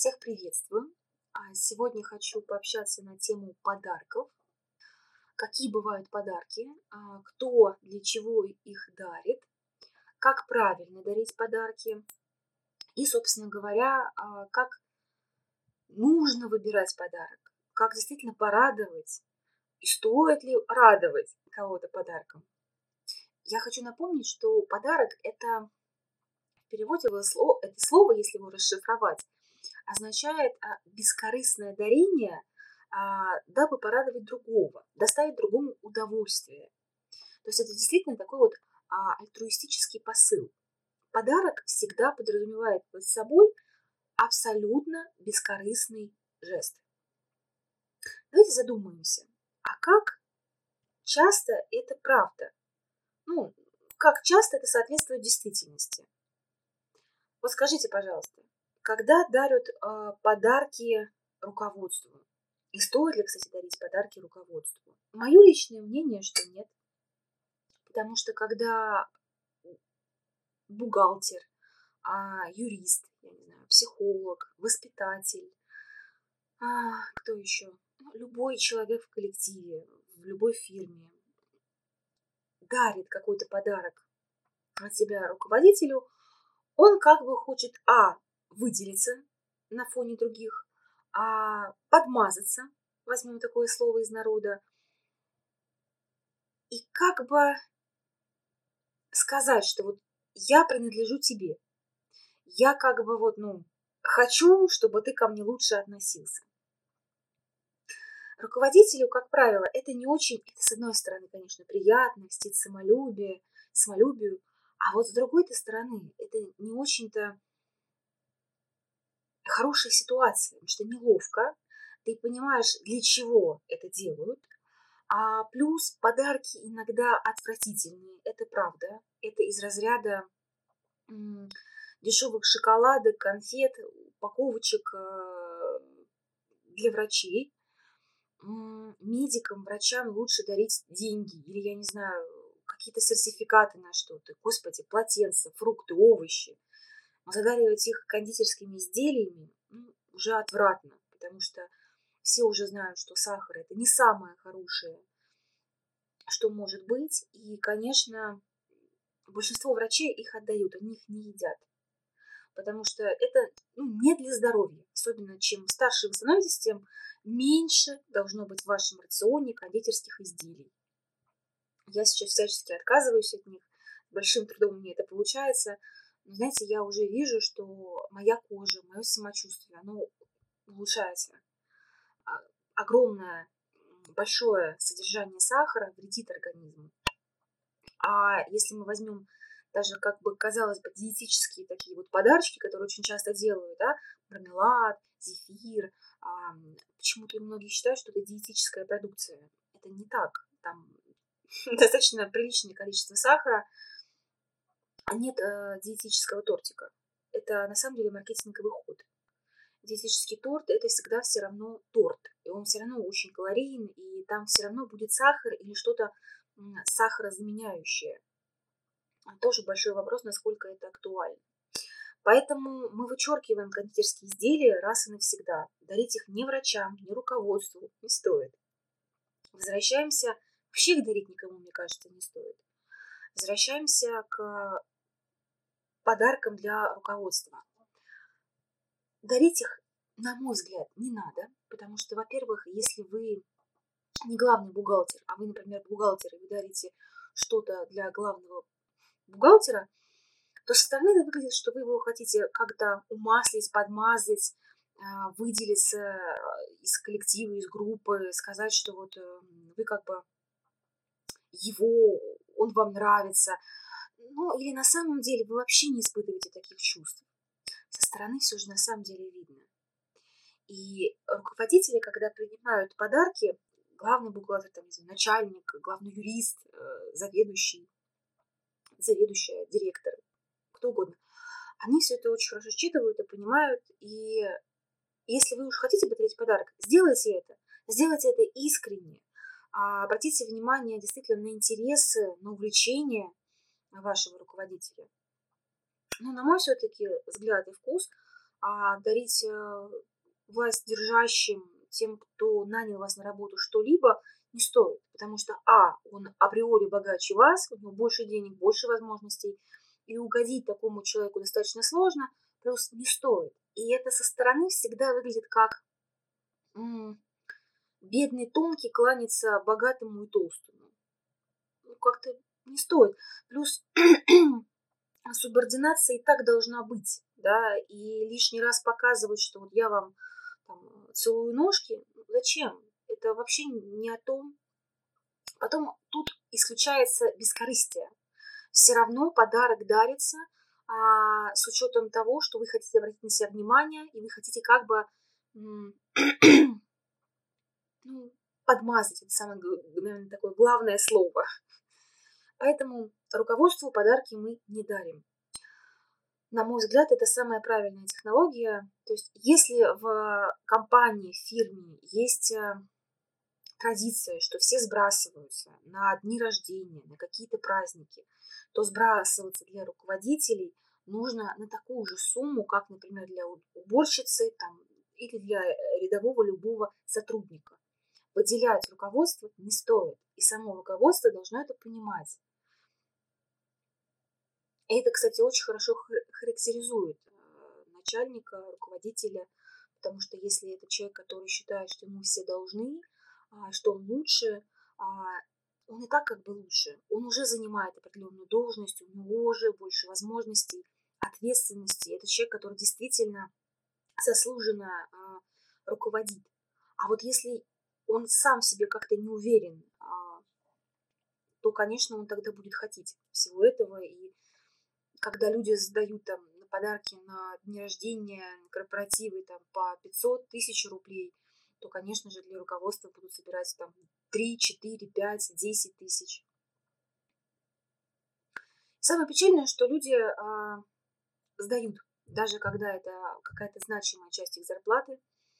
Всех приветствую. Сегодня хочу пообщаться на тему подарков. Какие бывают подарки, кто для чего их дарит, как правильно дарить подарки и, собственно говоря, как нужно выбирать подарок, как действительно порадовать и стоит ли радовать кого-то подарком. Я хочу напомнить, что подарок – это в переводе это слово, если его расшифровать, означает бескорыстное дарение, дабы порадовать другого, доставить другому удовольствие. То есть это действительно такой вот альтруистический посыл. Подарок всегда подразумевает под собой абсолютно бескорыстный жест. Давайте задумаемся, как часто это правда? Как часто это соответствует действительности? Вот скажите, пожалуйста, когда дарят подарки руководству? И стоит ли, кстати, дарить подарки руководству? Мое личное мнение, что нет. Потому что когда бухгалтер, юрист, я не знаю, психолог, воспитатель, кто еще? Любой человек в коллективе, в любой фирме дарит какой-то подарок от себя руководителю, он как бы хочет, выделиться на фоне других, подмазаться, возьмем такое слово из народа, и как бы сказать, что вот я принадлежу тебе. Я как бы хочу, чтобы ты ко мне лучше относился. Руководителю, как правило, это не очень, это с одной стороны, конечно, приятно, льстит самолюбию, а вот с другой стороны, это не очень-то хорошая ситуация, потому что неловко, ты понимаешь, для чего это делают, плюс подарки иногда отвратительные, это правда, это из разряда дешевых шоколадок, конфет, упаковочек для врачей. Медикам, врачам лучше дарить деньги или, я не знаю, какие-то сертификаты на что-то. Господи, полотенца, фрукты, овощи. Но задаривать их кондитерскими изделиями уже отвратно, потому что все уже знают, что сахар – это не самое хорошее, что может быть. И, конечно, большинство врачей их отдают, они их не едят. Потому что это не для здоровья. Особенно чем старше вы становитесь, тем меньше должно быть в вашем рационе кондитерских изделий. Я сейчас всячески отказываюсь от них. Большим трудом у меня это получается. Но, знаете, я уже вижу, что моя кожа, мое самочувствие, оно улучшается. Огромное, большое содержание сахара вредит организму. А если мы возьмем даже, как бы, казалось бы, диетические такие вот подарочки, которые очень часто делают, мармелад, зефир, почему-то многие считают, что это диетическая продукция. Это не так. Там достаточно приличное количество сахара, а нет диетического тортика. Это на самом деле маркетинговый ход. Диетический торт – это всегда все равно торт. И он все равно очень калорийный, и там все равно будет сахар или что-то сахарозаменяющее. Тоже большой вопрос, насколько это актуально. Поэтому мы вычеркиваем кондитерские изделия раз и навсегда. Дарить их ни врачам, ни руководству не стоит. Возвращаемся, вообще их дарить никому, мне кажется, не стоит. Возвращаемся к подаркам для руководства. Дарить их, на мой взгляд, не надо, потому что, во-первых, если вы не главный бухгалтер, а вы, например, бухгалтер, и вы дарите что-то для главного бухгалтера, то со стороны это выглядит, что вы его хотите как-то умаслить, подмазать, выделиться из коллектива, из группы, сказать, что вот вы как бы он вам нравится. Или на самом деле вы вообще не испытываете таких чувств. Со стороны все же на самом деле видно. И руководители, когда принимают подарки, главный бухгалтер, начальник, главный юрист, заведующая, директор, кто угодно, они все это очень хорошо считывают и понимают. И если вы уж хотите подарить подарок, сделайте это искренне. Обратите внимание действительно на интересы, на увлечения вашего руководителя. Но на мой все-таки взгляд и вкус, а дарить власть держащим, тем, кто нанял вас на работу, что-либо, не стоит. Потому что, он априори богаче вас, у него больше денег, больше возможностей, и угодить такому человеку достаточно сложно, плюс не стоит. И это со стороны всегда выглядит как бедный тонкий кланяется богатому и толстому. Ну, как-то не стоит. Плюс субординация и так должна быть, да, и лишний раз показывать, что вот я вам там, целую ножки, зачем? Это вообще не о том. Потом тут исключается бескорыстие. Все равно подарок дарится с учетом того, что вы хотите обратить на себя внимание, и вы хотите как бы ну, подмазать, это самое, наверное, такое главное слово. Поэтому руководству подарки мы не дарим. На мой взгляд, это самая правильная технология. То есть, если в компании, в фирме есть традиция, что все сбрасываются на дни рождения, на какие-то праздники, то сбрасываться для руководителей нужно на такую же сумму, как, например, для уборщицы там, или для рядового любого сотрудника. Выделять руководство не стоит, и само руководство должно это понимать. И это, кстати, очень хорошо характеризует начальника, руководителя, потому что если это человек, который считает, что ему все должны, что он лучше, он и так как бы лучше, он уже занимает определенную должность, у него уже больше возможностей, ответственности. Это человек, который действительно заслуженно руководит. А вот если он сам в себе как-то не уверен, то, конечно, он тогда будет хотеть всего этого. И когда люди сдают там на подарки на дни рождения, на корпоративы там, по 500 тысяч рублей, то, конечно же, для руководства будут собирать там 3, 4, 5, 10 тысяч. Самое печальное, что люди сдают, даже когда это какая-то значимая часть их зарплаты.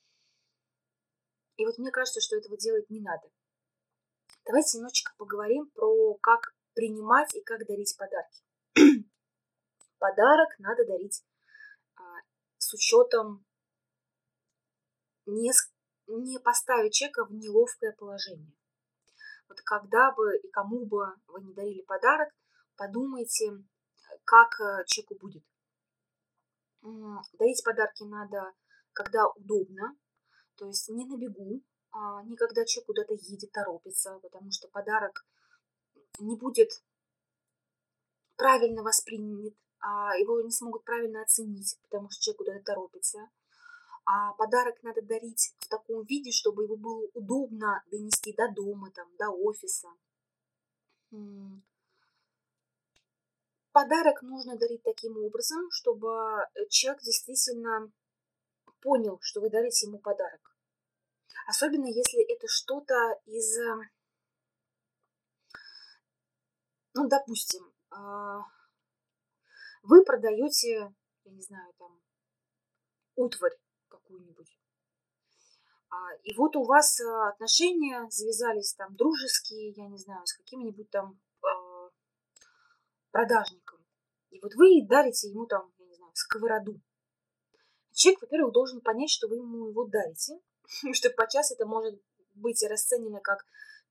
И вот мне кажется, что этого делать не надо. Давайте немножечко поговорим про как принимать и как дарить подарки. Подарок надо дарить с учетом не поставить человека в неловкое положение. Вот когда бы и кому бы вы не дарили подарок, подумайте, как человеку будет. Дарить подарки надо, когда удобно, то есть не на бегу, не когда человек куда-то едет, торопится, потому что подарок не будет правильно воспринят, его не смогут правильно оценить, потому что человек куда-то торопится. А подарок надо дарить в таком виде, чтобы его было удобно донести до дома, там, до офиса. Подарок нужно дарить таким образом, чтобы человек действительно понял, что вы дарите ему подарок. Особенно если это что-то из, ну, допустим, вы продаете, я не знаю, там, утварь какую-нибудь. И вот у вас отношения завязались там дружеские, я не знаю, с каким-нибудь там продажником. И вот вы дарите ему там, я не знаю, сковороду. Человек, во-первых, должен понять, что вы ему его дарите, что подчас это может быть расценено как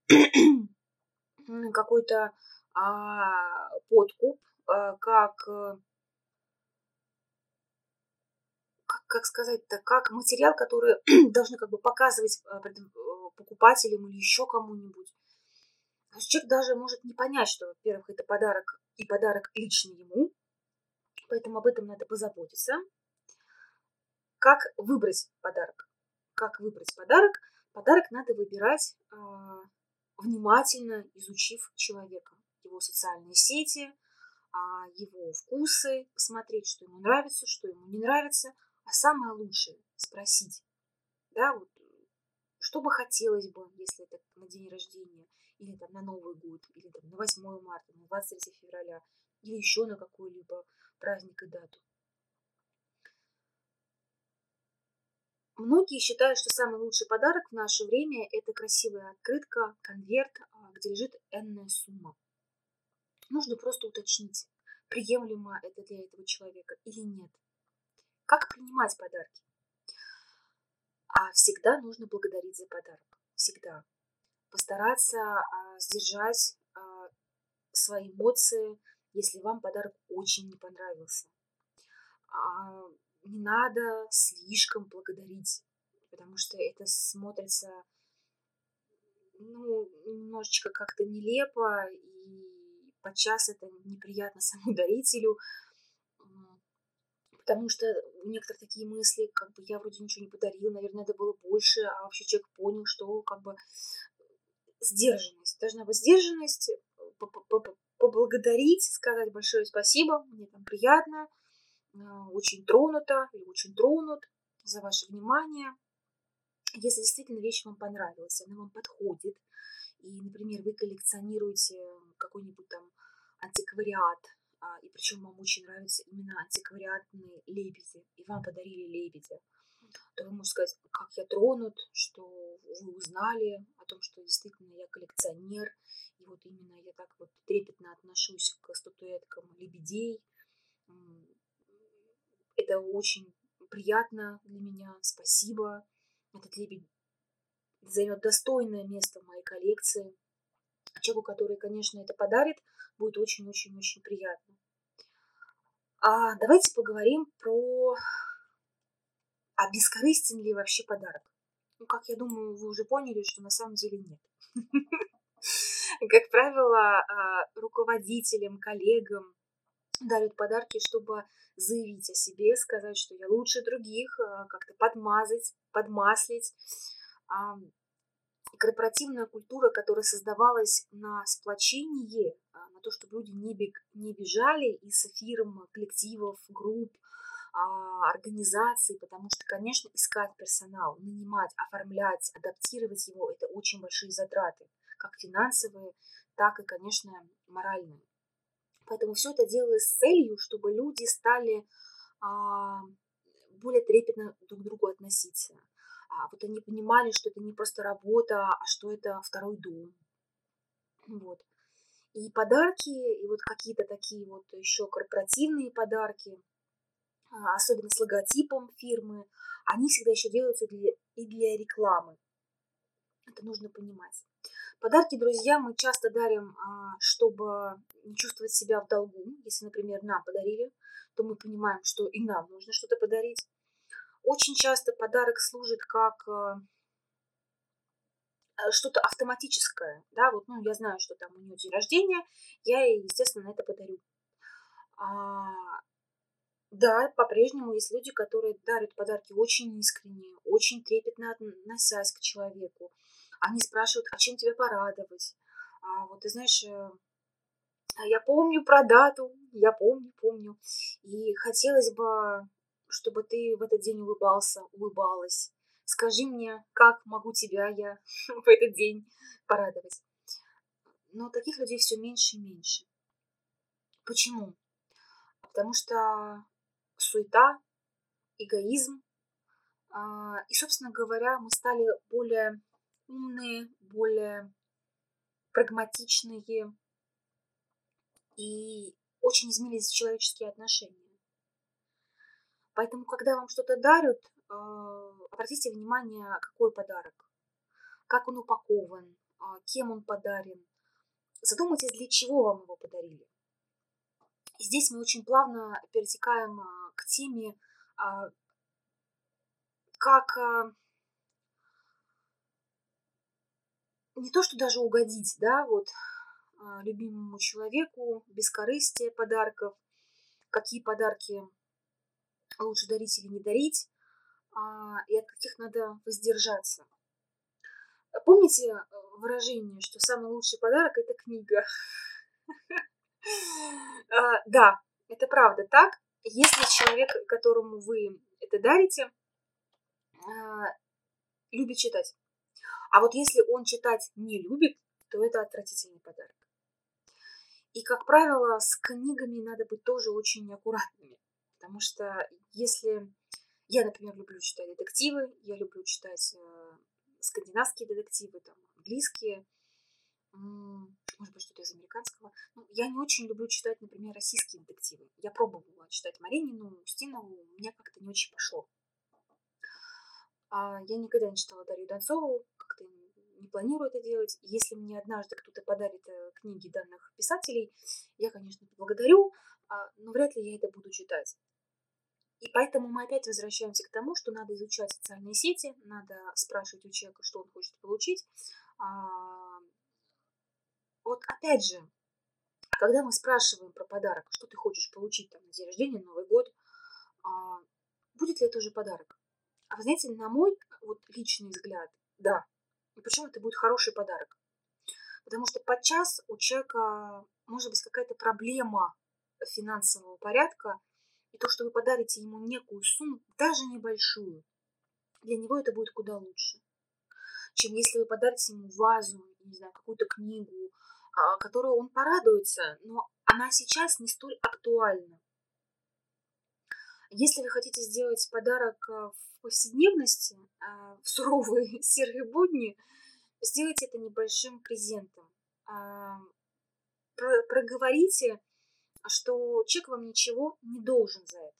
какой-то подкуп, как сказать-то, как материал, который должны как бы показывать покупателям или еще кому-нибудь. То есть человек даже может не понять, что, во-первых, это подарок и подарок лично ему, поэтому об этом надо позаботиться. Как выбрать подарок? Как выбрать подарок? Подарок надо выбирать, внимательно изучив человека, его социальные сети, его вкусы, посмотреть, что ему нравится, что ему не нравится. А самое лучшее спросить, да, вот, что бы хотелось бы, если это на день рождения, или там на Новый год, или там на 8 марта, на 23 февраля, или еще на какой-либо праздник и дату. Многие считают, что самый лучший подарок в наше время – это красивая открытка, конверт, где лежит энная сумма. Нужно просто уточнить, приемлемо это для этого человека или нет. Как принимать подарки? Всегда нужно благодарить за подарок. Всегда. Постараться сдержать свои эмоции, если вам подарок очень не понравился. А, Не надо слишком благодарить, потому что это смотрится, немножечко как-то нелепо, и подчас это неприятно самому дарителю, потому что у некоторых такие мысли, как бы я вроде ничего не подарил, наверное, это было больше, а вообще человек понял, что как бы сдержанность. Должна быть сдержанность, поблагодарить, сказать большое спасибо, мне там приятно, очень тронута или очень тронут за ваше внимание. Если действительно вещь вам понравилась, она вам подходит, и, например, вы коллекционируете какой-нибудь там антиквариат, и причем вам очень нравятся именно антиквариатные лебеди, и вам подарили лебедя, то вы можете сказать, как я тронут, что вы узнали о том, что действительно я коллекционер, и вот именно я так вот трепетно отношусь к статуэткам лебедей. Это очень приятно для меня, спасибо. Этот лебедь займет достойное место в моей коллекции. Человеку, который, конечно, это подарит, будет очень-очень-очень приятно. Давайте поговорим бескорыстен ли вообще подарок. Как я думаю, вы уже поняли, что на самом деле нет. Как правило, руководителям, коллегам дарят подарки, чтобы заявить о себе, сказать, что я лучше других, как-то подмаслить. Корпоративная культура, которая создавалась на сплочении, на то, чтобы люди не бежали из фирм, коллективов, групп, организаций, потому что, конечно, искать персонал, нанимать, оформлять, адаптировать его – это очень большие затраты, как финансовые, так и, конечно, моральные. Поэтому все это делалось с целью, чтобы люди стали более трепетно друг к другу относиться. Вот они понимали, что это не просто работа, а что это второй дом. Вот. И подарки, и вот какие-то такие вот еще корпоративные подарки, особенно с логотипом фирмы, они всегда еще делаются и для рекламы. Это нужно понимать. Подарки, друзья, мы часто дарим, чтобы не чувствовать себя в долгу. Если, например, нам подарили, то мы понимаем, что и нам нужно что-то подарить. Очень часто подарок служит как что-то автоматическое. Да? Вот, я знаю, что там у нее день рождения, я ей, естественно, это подарю. Да, по-прежнему есть люди, которые дарят подарки очень искренне, очень трепетно относясь к человеку. Они спрашивают, а чем тебя порадовать? Вот ты знаешь, я помню про дату, я помню. И хотелось бы, чтобы ты в этот день улыбалась. Скажи мне, как могу тебя я в этот день порадовать. Но таких людей все меньше и меньше. Почему? Потому что суета, эгоизм. И, собственно говоря, мы стали более умные, более прагматичные, и очень изменились человеческие отношения. Поэтому, когда вам что-то дарят, обратите внимание, какой подарок, как он упакован, кем он подарен. Задумайтесь, для чего вам его подарили. И здесь мы очень плавно перетекаем к теме, как не то, что даже угодить, да, вот любимому человеку, бескорыстие подарков, какие подарки лучше дарить или не дарить, и от каких надо воздержаться. Помните выражение, что самый лучший подарок – это книга? Да, это правда так. Если человек, которому вы это дарите, любит читать, а вот если он читать не любит, то это отвратительный подарок. И, как правило, с книгами надо быть тоже очень аккуратными, потому что если я, например, люблю читать детективы, я люблю читать скандинавские детективы, там, английские, Может быть, что-то из американского. Ну, я не очень люблю читать, например, российские детективы. Я пробовала читать Маринину, Устинову, мне как-то не очень пошло. Я никогда не читала Дарью Донцову, как-то не планирую это делать. Если мне однажды кто-то подарит книги данных писателей, я, конечно, поблагодарю, но вряд ли я это буду читать. И поэтому мы опять возвращаемся к тому, что надо изучать социальные сети, надо спрашивать у человека, что он хочет получить. Вот опять же, когда мы спрашиваем про подарок, что ты хочешь получить там, на день рождения, на Новый год, будет ли это уже подарок? А вы знаете, на мой вот личный взгляд, да. И причем это будет хороший подарок. Потому что подчас у человека может быть какая-то проблема финансового порядка, и то, что вы подарите ему некую сумму, даже небольшую, для него это будет куда лучше, чем если вы подарите ему вазу, не знаю, какую-то книгу, которую он порадуется, но она сейчас не столь актуальна. Если вы хотите сделать подарок в повседневности, в суровые серые будни, сделайте это небольшим презентом. Проговорите, что человек вам ничего не должен за это.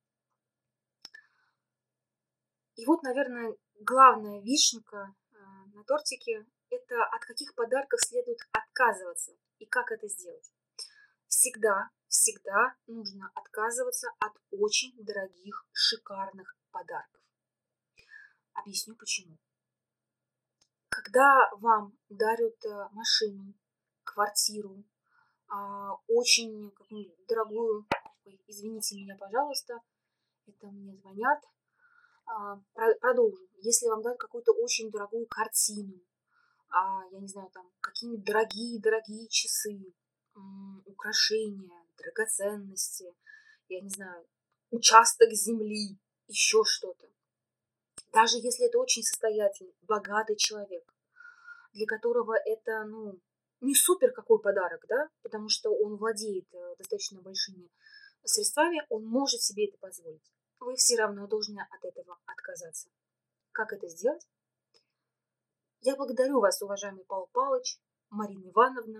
И вот, наверное, главная вишенка на тортике – это от каких подарков следует отказываться и как это сделать. Всегда нужно отказываться от очень дорогих, шикарных подарков. Объясню почему. Когда вам дарят машину, квартиру, очень дорогую, извините меня, пожалуйста, это мне звонят, продолжу. Если вам дают какую-то очень дорогую картину, я не знаю, там какие-нибудь дорогие часы, украшения, драгоценности, я не знаю, участок земли, еще что-то. Даже если это очень состоятельный, богатый человек, для которого это, не супер какой подарок, да, потому что он владеет достаточно большими средствами, он может себе это позволить. Вы все равно должны от этого отказаться. Как это сделать? Я благодарю вас, уважаемый Павел Павлович, Марина Ивановна,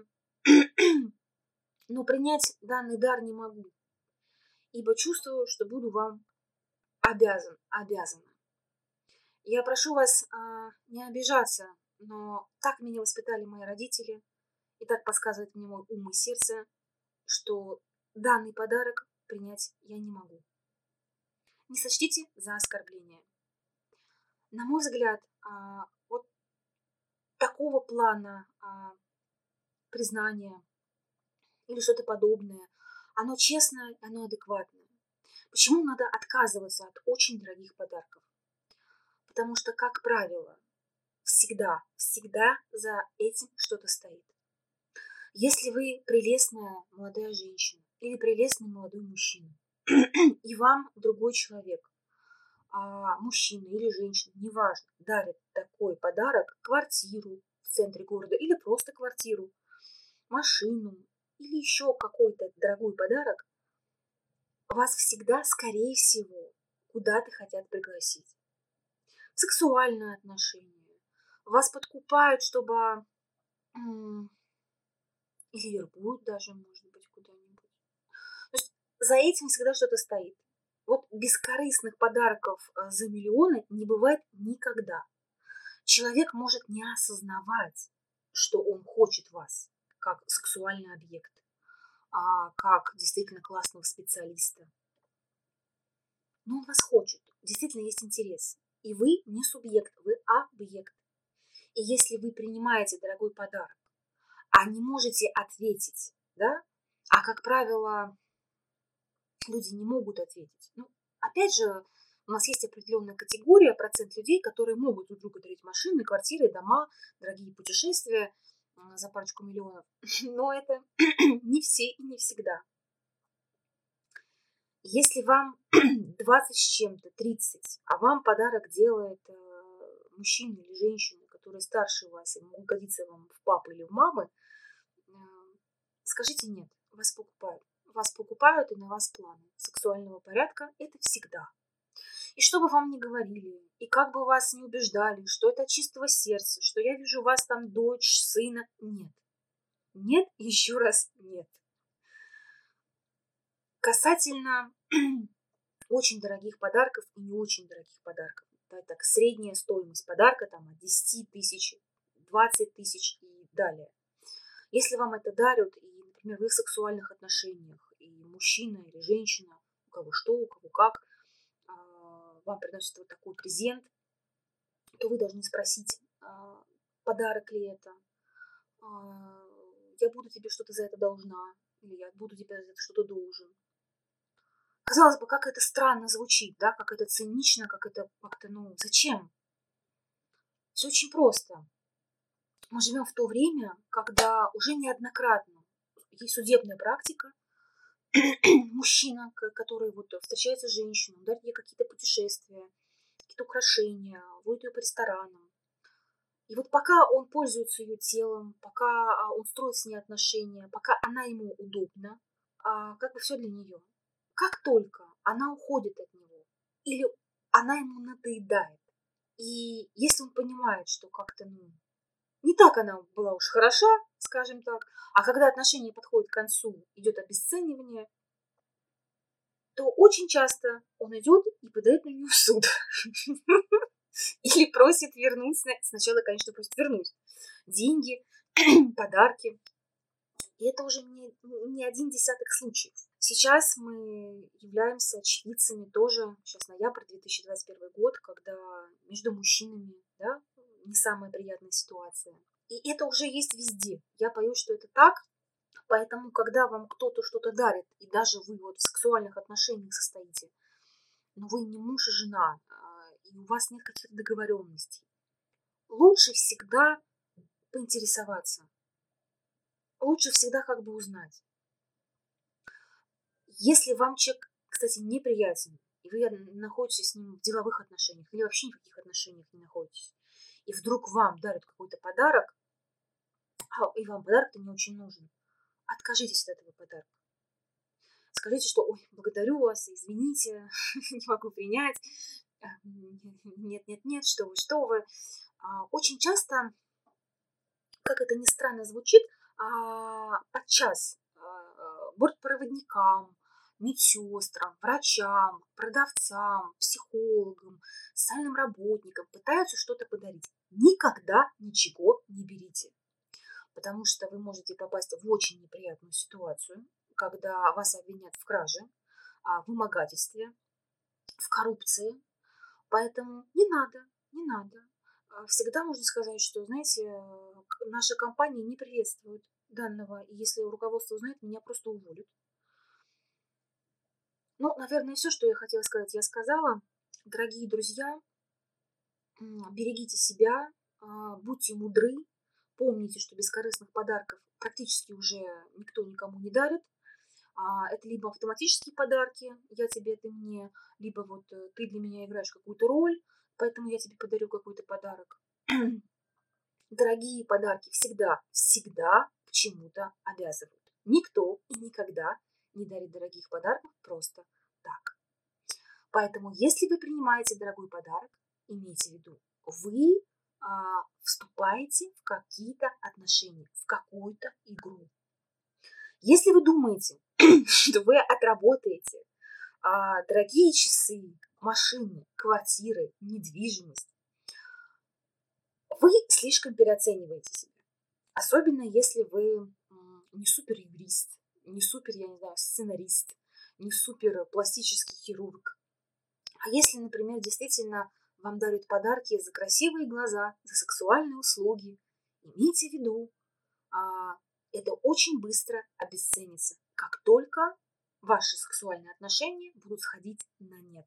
но принять данный дар не могу, ибо чувствую, что буду вам обязана. Я прошу вас не обижаться, но так меня воспитали мои родители, и так подсказывает мне мой ум и сердце, что данный подарок принять я не могу. Не сочтите за оскорбление. На мой взгляд, вот такого плана признания или что-то подобное, оно честное, оно адекватное. Почему надо отказываться от очень дорогих подарков? Потому что, как правило, всегда за этим что-то стоит. Если вы прелестная молодая женщина или прелестный молодой мужчина, и вам другой человек, мужчина или женщина, неважно, дарит такой подарок, квартиру в центре города или просто квартиру, машину или еще какой-то дорогой подарок, вас всегда, скорее всего, куда-то хотят пригласить. В сексуальные отношения. Вас подкупают, чтобы или вербуют даже, может быть, куда-нибудь. То есть за этим всегда что-то стоит. Вот бескорыстных подарков за миллионы не бывает никогда. Человек может не осознавать, что он хочет вас как сексуальный объект, как действительно классного специалиста. Но он вас хочет, действительно есть интерес. И вы не субъект, вы объект. И если вы принимаете дорогой подарок, не можете ответить, да, как правило, люди не могут ответить. Опять же, у нас есть определенная категория, процент людей, которые могут друг другу дарить машины, квартиры, дома, дорогие путешествия за парочку миллионов. Но это не все и не всегда. Если вам 20 с чем-то, 30, вам подарок делает мужчина или женщина, которые старше вас и могут годиться вам в папы или в мамы, скажите нет, вас покупают. Вас покупают и на вас планы сексуального порядка – это всегда. И что бы вам ни говорили, и как бы вас не убеждали, что это от чистого сердца, что я вижу у вас там дочь, сына. Нет. Нет, еще раз нет. Касательно очень дорогих подарков и не очень дорогих подарков. Да, так, средняя стоимость подарка там от 10 тысяч, 20 тысяч и далее. Если вам это дарят, и, например, вы в сексуальных отношениях, и мужчина или женщина, у кого что, у кого как, вам приносят вот такой презент, то вы должны спросить, подарок ли это, я буду тебе что-то за это должна, или я буду тебе за это что-то должен. Казалось бы, как это странно звучит, да, как это цинично, как это как-то, зачем? Все очень просто. Мы живем в то время, когда уже неоднократно есть судебная практика, мужчина, который вот встречается с женщиной, дарит ей какие-то путешествия, какие-то украшения, водит ее по ресторанам. И вот пока он пользуется ее телом, пока он строит с ней отношения, пока она ему удобна, как бы все для нее. Как только она уходит от него или она ему надоедает, и если он понимает, что как-то, не так она была уж хороша, скажем так, а когда отношения подходят к концу, идет обесценивание, то очень часто он идет и подает на нее в суд. Или просит вернуть, сначала, конечно, просит вернуть деньги, подарки. И это уже не один десяток случаев. Сейчас мы являемся очевидцами тоже, сейчас ноябрь 2021 год, когда между мужчинами, да, не самая приятная ситуация. И это уже есть везде. Я боюсь, что это так. Поэтому, когда вам кто-то что-то дарит, и даже вы вот в сексуальных отношениях состоите, но вы не муж и жена, и у вас нет каких-то договоренностей, лучше всегда поинтересоваться. Лучше всегда как бы узнать. Если вам человек, кстати, неприятен, и вы находитесь с ним в деловых отношениях, или вообще никаких отношениях не находитесь, и вдруг вам дарят какой-то подарок, и вам подарок-то не очень нужен, откажитесь от этого подарка. Скажите, что ой, благодарю вас, извините, не могу принять. Нет, что вы. Очень часто, как это ни странно звучит, подчас бортпроводникам, медсестрам, врачам, продавцам, психологам, социальным работникам пытаются что-то подарить. Никогда ничего не берите, потому что вы можете попасть в очень неприятную ситуацию, когда вас обвинят в краже, в вымогательстве, в коррупции. Поэтому не надо. Всегда можно сказать, что, знаете, наша компания не приветствует данного, и если руководство узнает, меня просто уволят. Ну, наверное, все, что я хотела сказать, я сказала. Дорогие друзья, берегите себя, будьте мудры, помните, что бескорыстных подарков практически уже никто никому не дарит. Это либо автоматические подарки, я тебе, ты мне, либо вот ты для меня играешь какую-то роль, поэтому я тебе подарю какой-то подарок. Дорогие подарки всегда к чему-то обязывают. Никто и никогда не дарит дорогих подарков просто так. Поэтому, если вы принимаете дорогой подарок, имейте в виду, вы вступаете в какие-то отношения, в какую-то игру. Если вы думаете, что вы отработаете дорогие часы, машины, квартиры, недвижимость, вы слишком переоцениваете себя. Особенно если вы не супер-юрист, не супер, я не знаю, сценарист, не супер пластический хирург. А если, например, действительно вам дарят подарки за красивые глаза, за сексуальные услуги, имейте в виду, это очень быстро обесценится, как только ваши сексуальные отношения будут сходить на нет.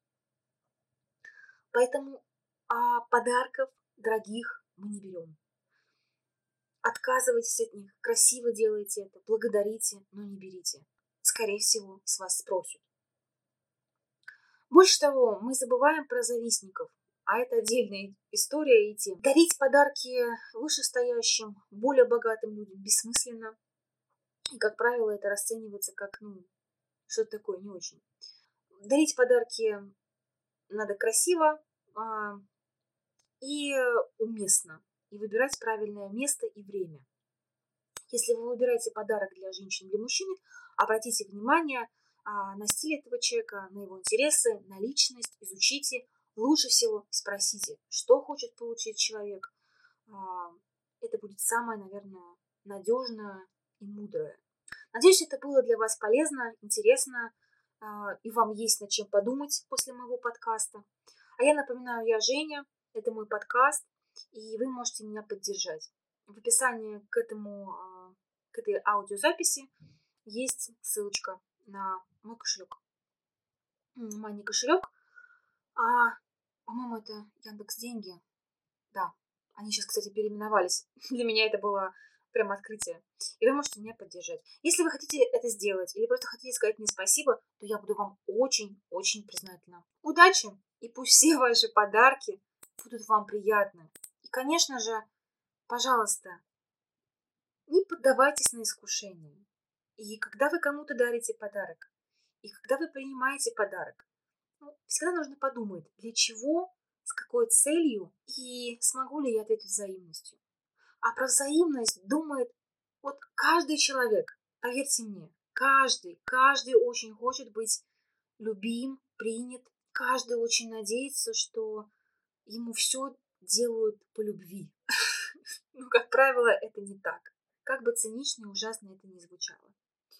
Поэтому подарков дорогих мы не берем. Отказывайтесь от них, красиво делайте это, благодарите, но не берите. Скорее всего, с вас спросят. Больше того, мы забываем про завистников, а это отдельная история и тема. Дарить подарки вышестоящим, более богатым людям бессмысленно. И, как правило, это расценивается как, что-то такое не очень. Дарить подарки надо красиво и уместно. И выбирать правильное место и время. Если вы выбираете подарок для женщины или мужчины, обратите внимание на стиль этого человека, на его интересы, на личность, изучите. Лучше всего спросите, что хочет получить человек. Это будет самое, наверное, надежное и мудрое. Надеюсь, это было для вас полезно, интересно, и вам есть над чем подумать после моего подкаста. А я напоминаю, я Женя, это мой подкаст, и вы можете меня поддержать. В описании к этой аудиозаписи есть ссылочка на мой кошелек. Мани кошелек, по-моему, это Яндекс Деньги. Да, они сейчас, кстати, переименовались. Для меня это было прям открытие. И вы можете меня поддержать. Если вы хотите это сделать или просто хотите сказать мне спасибо, то я буду вам очень-очень признательна. Удачи! И пусть все ваши подарки будут вам приятны. И, конечно же, пожалуйста, не поддавайтесь на искушение. И когда вы кому-то дарите подарок, и когда вы принимаете подарок, всегда нужно подумать, для чего, с какой целью и смогу ли я ответить взаимностью. А про взаимность думает вот каждый человек, поверьте мне, каждый очень хочет быть любим, принят, каждый очень надеется, что ему все делают по любви. Но, как правило, это не так. Как бы цинично и ужасно это ни звучало.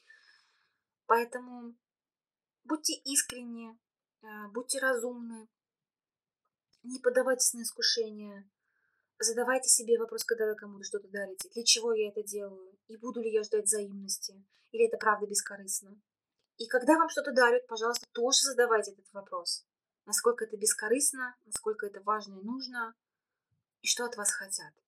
Поэтому будьте искренни, будьте разумны, не поддавайтесь на искушения, задавайте себе вопрос, когда вы кому-то что-то дарите. Для чего я это делаю? И буду ли я ждать взаимности? Или это правда бескорыстно? И когда вам что-то дарят, пожалуйста, тоже задавайте этот вопрос. Насколько это бескорыстно, насколько это важно и нужно, и что от вас хотят.